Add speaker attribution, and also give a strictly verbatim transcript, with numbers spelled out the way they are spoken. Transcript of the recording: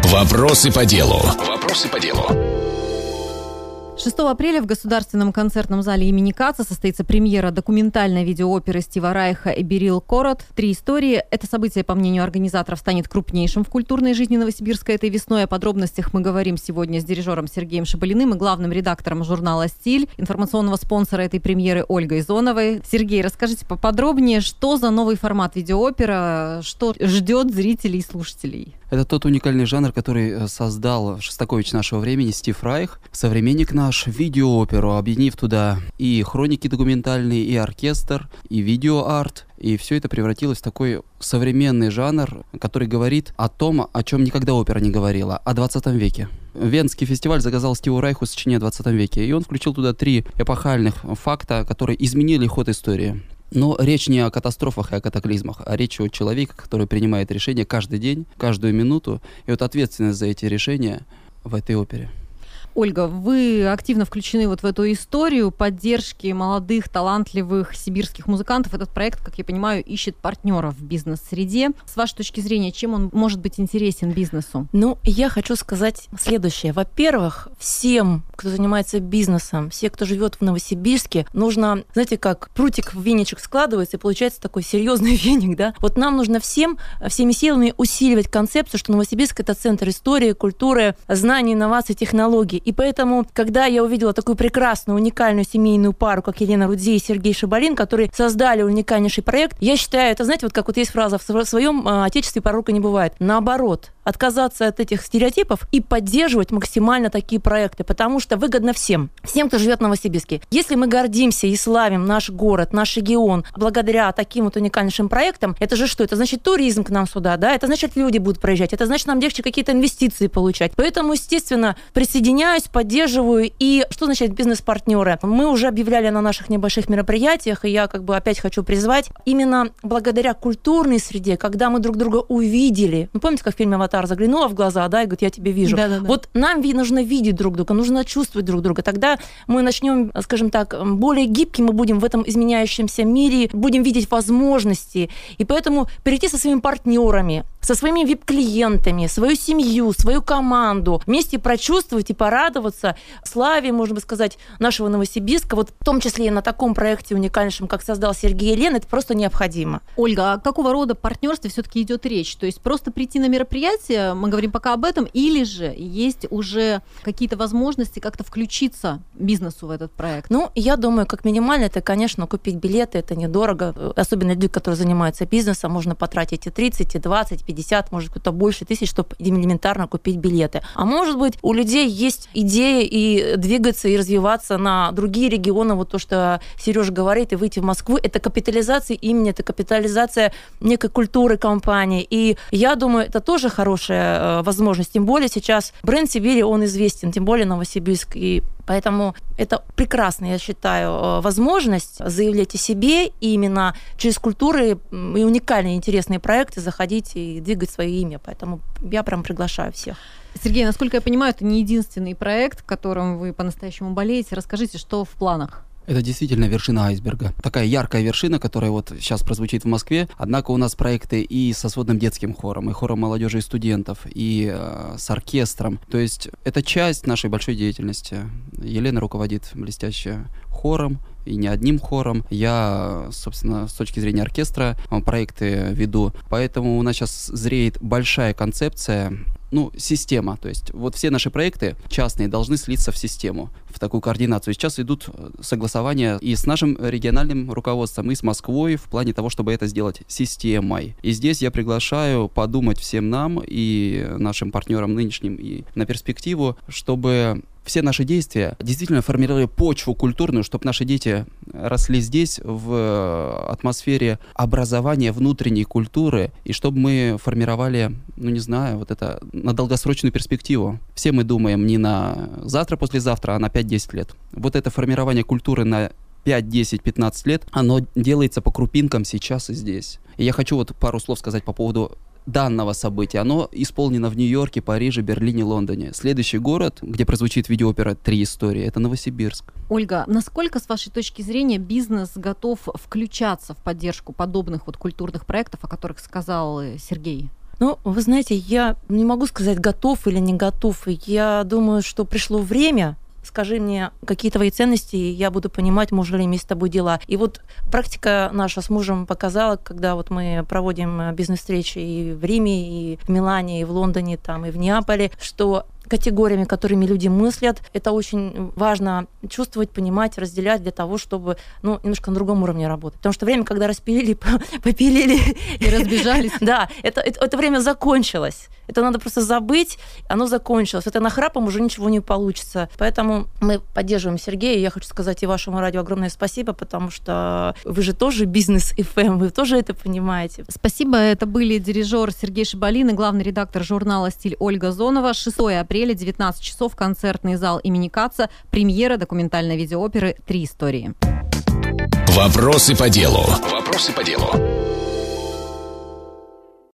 Speaker 1: Вопросы по делу. Вопросы по делу.
Speaker 2: шестого апреля в Государственном концертном зале имени Каца состоится премьера документальной видеооперы Стива Райха и Берил Корот «Три истории». Это событие, по мнению организаторов, станет крупнейшим в культурной жизни Новосибирска этой весной. О подробностях мы говорим сегодня с дирижером Сергеем Шабалиным и главным редактором журнала «Стиль», информационного спонсора этой премьеры Ольгой Зоновой. Сергей, расскажите поподробнее, что за новый формат видеоопера, что ждет зрителей и слушателей?
Speaker 3: Это тот уникальный жанр, который создал Шостакович нашего времени Стив Райх, современник наш, видеооперу, объединив туда и хроники документальные, и оркестр, и видеоарт. И все это превратилось в такой современный жанр, который говорит о том, о чем никогда опера не говорила, о двадцатом веке. Венский фестиваль заказал Стиву Райху сочинение о двадцатом веке, и он включил туда три эпохальных факта, которые изменили ход истории. Но речь не о катастрофах и о катаклизмах, а речь о человеке, который принимает решения каждый день, каждую минуту, и вот ответственность за эти решения в этой опере.
Speaker 2: Ольга, вы активно включены вот в эту историю поддержки молодых, талантливых сибирских музыкантов. Этот проект, как я понимаю, ищет партнеров в бизнес-среде. С вашей точки зрения, чем он может быть интересен бизнесу?
Speaker 4: Ну, я хочу сказать следующее. Во-первых, всем, кто занимается бизнесом, все, кто живет в Новосибирске, нужно, знаете, как прутик в веничек складывается, и получается такой серьезный веник, да? Вот нам нужно всем, всеми силами усиливать концепцию, что Новосибирск — это центр истории, культуры, знаний, инноваций, технологий. И поэтому, когда я увидела такую прекрасную, уникальную семейную пару, как Елена Рудзей и Сергей Шабалин, которые создали уникальнейший проект, я считаю, это, знаете, вот как вот есть фраза «в своем отечестве порока не бывает». Наоборот, отказаться от этих стереотипов и поддерживать максимально такие проекты, потому что выгодно всем, всем, кто живет в Новосибирске. Если мы гордимся и славим наш город, наш регион благодаря таким вот уникальнейшим проектам, это же что? Это значит туризм к нам сюда, да? Это значит люди будут проезжать, это значит нам легче какие-то инвестиции получать. Поэтому, естественно, присоединяюсь, поддерживаю. И что значит бизнес-партнеры? Мы уже объявляли на наших небольших мероприятиях, и я как бы опять хочу призвать, именно благодаря культурной среде, когда мы друг друга увидели. Ну, помните, как в фильме «Аватар» заглянула в глаза, да, и говорит, я тебя вижу. Да-да-да. Вот нам нужно видеть друг друга, нужно чувствовать друг друга. Тогда мы начнем, скажем так, более гибким мы будем в этом изменяющемся мире, будем видеть возможности. И поэтому перейти со своими партнерами, со своими вип-клиентами, свою семью, свою команду, вместе прочувствовать и порадоваться славе, можно бы сказать, нашего Новосибирска, вот в том числе и на таком проекте уникальнейшем, как создал Сергей и Елена, это просто необходимо.
Speaker 2: Ольга, а какого рода партнерстве все-таки идет речь? То есть просто прийти на мероприятие, мы говорим пока об этом, или же есть уже какие-то возможности как-то включиться бизнесу в этот проект?
Speaker 4: Ну, я думаю, как минимально, это, конечно, купить билеты, это недорого, особенно люди, которые занимаются бизнесом, можно потратить и тридцать, и двадцать, пятьдесят, может, кто-то больше тысяч, чтобы элементарно купить билеты. А может быть, у людей есть идея и двигаться, и развиваться на другие регионы, вот то, что Сережа говорит, и выйти в Москву, это капитализация имени, это капитализация некой культуры компании. И я думаю, это тоже хорошая возможность. Тем более сейчас бренд Сибири, он известен, тем более Новосибирск. И поэтому это прекрасная, я считаю, возможность заявлять о себе и именно через культуры и уникальные, интересные проекты заходить и двигать свое имя. Поэтому я прям приглашаю всех.
Speaker 2: Сергей, насколько я понимаю, это не единственный проект, которым вы по-настоящему болеете. Расскажите, что в планах?
Speaker 3: Это действительно вершина айсберга. Такая яркая вершина, которая вот сейчас прозвучит в Москве. Однако у нас проекты и со сводным детским хором, и хором молодежи и студентов, и э, с оркестром. То есть это часть нашей большой деятельности. Елена руководит блестяще хором, и не одним хором. Я, собственно, с точки зрения оркестра проекты веду. Поэтому у нас сейчас зреет большая концепция, ну, система. То есть вот все наши проекты частные должны слиться в систему, в такую координацию. Сейчас идут согласования и с нашим региональным руководством, и с Москвой в плане того, чтобы это сделать системой. И здесь я приглашаю подумать всем нам и нашим партнерам нынешним и на перспективу, чтобы все наши действия действительно формировали почву культурную, чтобы наши дети росли здесь в атмосфере образования внутренней культуры, и чтобы мы формировали, ну не знаю, вот это на долгосрочную перспективу. Все мы думаем не на завтра-послезавтра, а на пять-десять лет. Вот это формирование культуры на пять, десять, пятнадцать лет, оно делается по крупинкам сейчас и здесь. И я хочу вот пару слов сказать по поводу данного события. Оно исполнено в Нью-Йорке, Париже, Берлине, Лондоне. Следующий город, где прозвучит видеоопера «Три истории», это Новосибирск.
Speaker 2: Ольга, насколько, с вашей точки зрения, бизнес готов включаться в поддержку подобных вот культурных проектов, о которых сказал Сергей?
Speaker 4: Ну, вы знаете, я не могу сказать, готов или не готов. Я думаю, что пришло время. Скажи мне, какие твои ценности, и я буду понимать, можно ли иметь с тобой дела. И вот практика наша с мужем показала, когда вот мы проводим бизнес-встречи и в Риме, и в Милане, и в Лондоне, там, и в Неаполе, что категориями, которыми люди мыслят, это очень важно чувствовать, понимать, разделять для того, чтобы, ну, немножко на другом уровне работать. Потому что время, когда распилили, попилили
Speaker 2: и разбежались.
Speaker 4: Да, это, это, это время закончилось. Это надо просто забыть, оно закончилось. Это нахрапом уже ничего не получится. Поэтому мы поддерживаем Сергея. Я хочу сказать и вашему радио огромное спасибо, потому что вы же тоже бизнес-эф эм, вы тоже это понимаете.
Speaker 2: Спасибо. Это были дирижер Сергей Шибалин и главный редактор журнала «Стиль» Ольга Зонова. шестого апреля, девятнадцать часов, концертный зал имени Каца, премьера документальной видеооперы «Три истории».
Speaker 1: Вопросы по делу. Вопросы по делу.